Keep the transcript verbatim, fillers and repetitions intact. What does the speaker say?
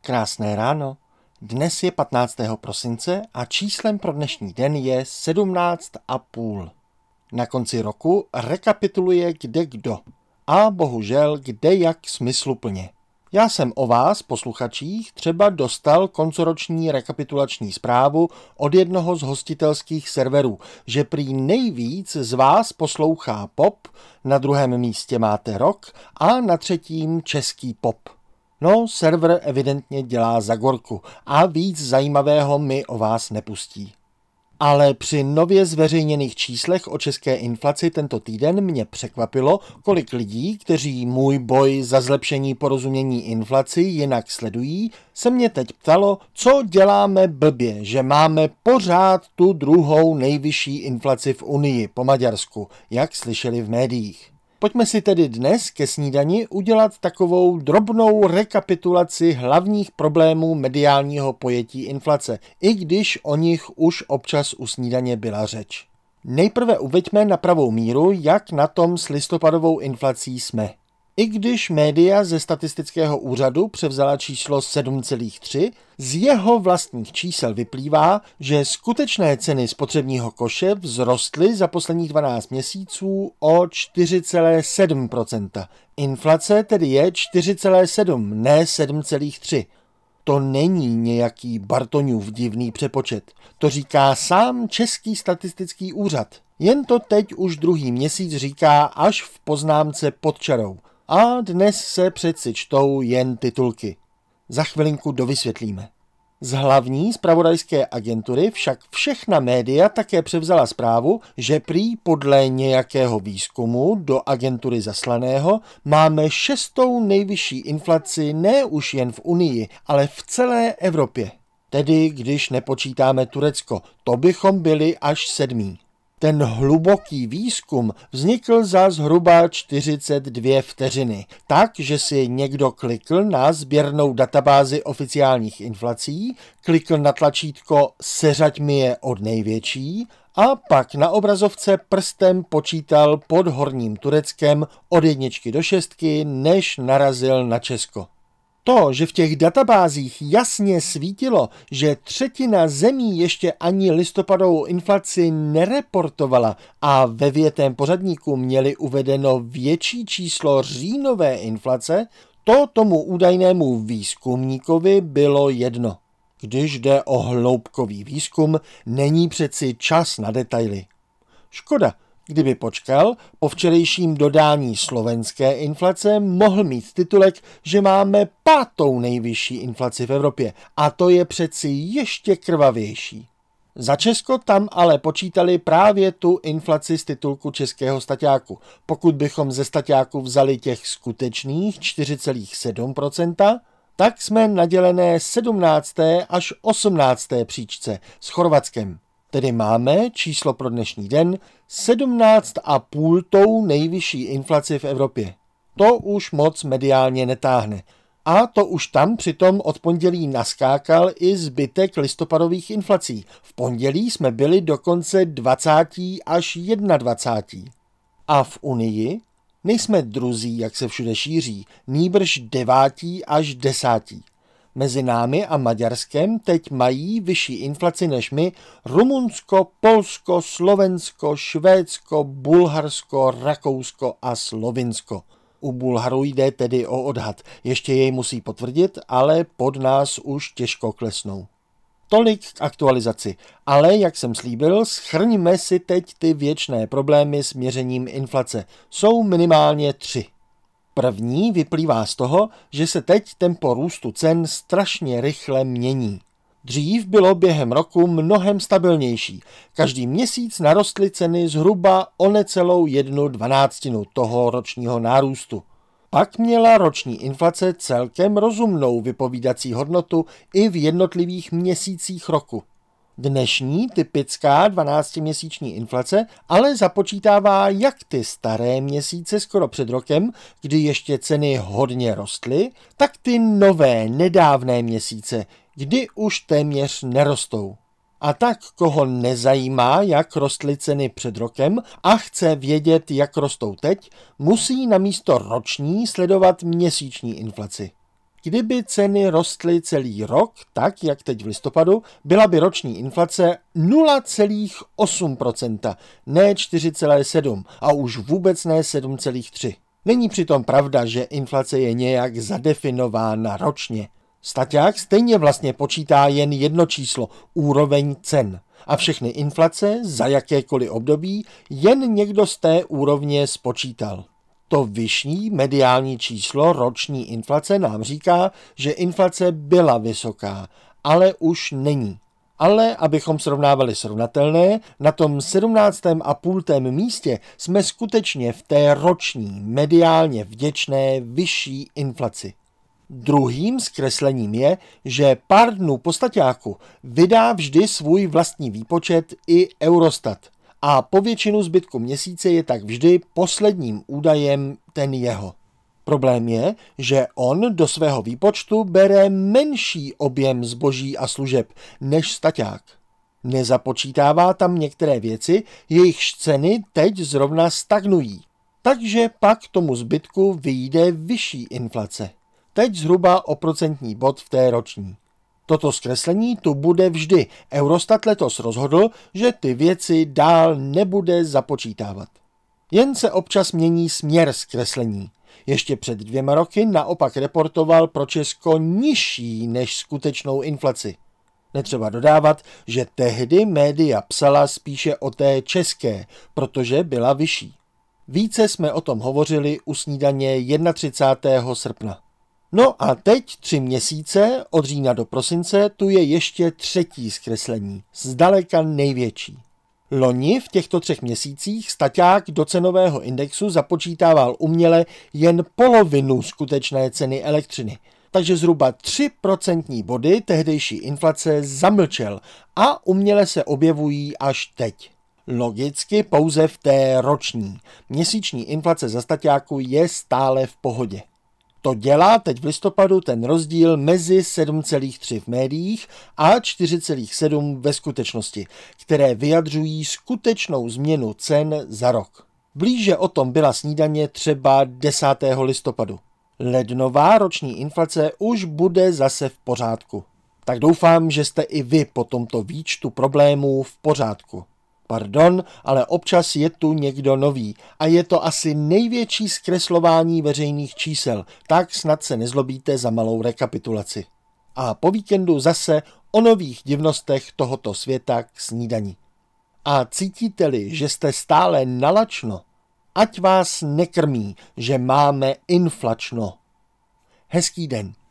Krásné ráno. Dnes je patnáctého prosince a číslem pro dnešní den je sedmnáct a půl. Na konci roku rekapituluje kde kdo a bohužel kde jak smysluplně. Já jsem o vás, posluchačích, třeba dostal koncoroční rekapitulační zprávu od jednoho z hostitelských serverů, že prý nejvíc z vás poslouchá pop, na druhém místě máte rock a na třetím český pop. No, server evidentně dělá zagorku a víc zajímavého mi o vás nepustí. Ale při nově zveřejněných číslech o české inflaci tento týden mě překvapilo, kolik lidí, kteří můj boj za zlepšení porozumění inflaci jinak sledují, se mě teď ptalo, co děláme blbě, že máme pořád tu druhou nejvyšší inflaci v Unii po Maďarsku, jak slyšeli v médiích. Pojďme si tedy dnes ke snídani udělat takovou drobnou rekapitulaci hlavních problémů mediálního pojetí inflace, i když o nich už občas u snídaně byla řeč. Nejprve uveďme na pravou míru, jak na tom s listopadovou inflací jsme. I když média ze statistického úřadu převzala číslo sedm celá tři, z jeho vlastních čísel vyplývá, že skutečné ceny spotřebního koše vzrostly za posledních dvanáct měsíců o čtyři celá sedm procenta. Inflace tedy je čtyři celá sedm, ne sedm celá tři. To není nějaký Bartoňův divný přepočet. To říká sám Český statistický úřad. Jen to teď už druhý měsíc říká až v poznámce pod čarou. A dnes se přeci čtou jen titulky. Za chvilinku dovysvětlíme. Z hlavní zpravodajské agentury však všechna média také převzala zprávu, že prý podle nějakého výzkumu do agentury zaslaného máme šestou nejvyšší inflaci ne už jen v Unii, ale v celé Evropě. Tedy když nepočítáme Turecko, to bychom byli až sedmí. Ten hluboký výzkum vznikl za zhruba čtyřicet dvě vteřiny, tak, že si někdo klikl na sběrnou databázi oficiálních inflací, klikl na tlačítko seřaď mi je od největší a pak na obrazovce prstem počítal pod Horním Tureckem od jedničky do šestky, než narazil na Česko. To, že v těch databázích jasně svítilo, že třetina zemí ještě ani listopadovou inflaci nereportovala a ve větém pořadníku měli uvedeno větší číslo říjnové inflace, to tomu údajnému výzkumníkovi bylo jedno. Když jde o hloubkový výzkum, není přeci čas na detaily. Škoda. Kdyby počkal, po včerejším dodání slovenské inflace mohl mít titulek, že máme pátou nejvyšší inflaci v Evropě a to je přeci ještě krvavější. Za Česko tam ale počítali právě tu inflaci z titulku českého staťáku. Pokud bychom ze staťáku vzali těch skutečných čtyři celá sedm procenta, tak jsme na dělené sedmnácté až osmnácté příčce s Chorvatskem. Tedy máme číslo pro dnešní den sedmnáct a půl tou nejvyšší inflaci v Evropě. To už moc mediálně netáhne. A to už tam přitom od pondělí naskákal i zbytek listopadových inflací. V pondělí jsme byli dokonce dvacátí až jednadvacátí. A v Unii nejsme druzí, jak se všude šíří, nýbrž devátí až desátí. Mezi námi a Maďarskem teď mají vyšší inflaci než my Rumunsko, Polsko, Slovensko, Švédsko, Bulharsko, Rakousko a Slovinsko. U Bulharů jde tedy o odhad, ještě jej musí potvrdit, ale pod nás už těžko klesnou. Tolik k aktualizaci, ale jak jsem slíbil, shrňme si teď ty věčné problémy s měřením inflace. Jsou minimálně tři. První vyplývá z toho, že se teď tempo růstu cen strašně rychle mění. Dřív bylo během roku mnohem stabilnější. Každý měsíc narostly ceny zhruba o necelou jednu dvanáctinu toho ročního nárůstu. Pak měla roční inflace celkem rozumnou vypovídací hodnotu i v jednotlivých měsících roku. Dnešní typická dvanáctiměsíční inflace ale započítává jak ty staré měsíce skoro před rokem, kdy ještě ceny hodně rostly, tak ty nové nedávné měsíce, kdy už téměř nerostou. A tak, koho nezajímá, jak rostly ceny před rokem a chce vědět, jak rostou teď, musí namísto roční sledovat měsíční inflaci. Kdyby ceny rostly celý rok, tak jak teď v listopadu, byla by roční inflace nula celá osm procenta, ne čtyři celá sedm a už vůbec ne sedm celá tři. Není přitom pravda, že inflace je nějak zadefinována ročně. Staťák stejně vlastně počítá jen jedno číslo, úroveň cen. A všechny inflace za jakékoliv období jen někdo z té úrovně spočítal. To vyšší mediální číslo roční inflace nám říká, že inflace byla vysoká, ale už není. Ale abychom srovnávali srovnatelné, na tom sedmnáctém a půltém místě jsme skutečně v té roční, mediálně vděčné vyšší inflaci. Druhým zkreslením je, že pár dnů po staťáku vydá vždy svůj vlastní výpočet i Eurostat a po většinu zbytku měsíce je tak vždy posledním údajem ten jeho. Problém je, že on do svého výpočtu bere menší objem zboží a služeb než staťák. Nezapočítává tam některé věci, jejichž ceny teď zrovna stagnují. Takže pak tomu zbytku vyjde vyšší inflace. Teď zhruba o procentní bod v té roční. Toto zkreslení tu bude vždy. Eurostat letos rozhodl, že ty věci dál nebude započítávat. Jen se občas mění směr zkreslení. Ještě před dvěma roky naopak reportoval pro Česko nižší než skutečnou inflaci. Netřeba dodávat, že tehdy média psala spíše o té české, protože byla vyšší. Více jsme o tom hovořili u snídaně třicátého prvního srpna. No a teď tři měsíce, od října do prosince, tu je ještě třetí zkreslení, zdaleka největší. Loni v těchto třech měsících staťák do cenového indexu započítával uměle jen polovinu skutečné ceny elektřiny, takže zhruba tři procentní body tehdejší inflace zamlčel a uměle se objevují až teď. Logicky pouze v té roční. Měsíční inflace za staťáku je stále v pohodě. To dělá teď v listopadu ten rozdíl mezi sedm celá tři v médiích a čtyři celá sedm ve skutečnosti, které vyjadřují skutečnou změnu cen za rok. Blíže o tom byla snídaně třeba desátého listopadu. Lednová roční inflace už bude zase v pořádku. Tak doufám, že jste i vy po tomto výčtu problémů v pořádku. Pardon, ale občas je tu někdo nový a je to asi největší zkreslování veřejných čísel, tak snad se nezlobíte za malou rekapitulaci. A po víkendu zase o nových divnostech tohoto světa k snídani. A cítíte-li, že jste stále nalačno, ať vás nekrmí, že máme inflačno. Hezký den.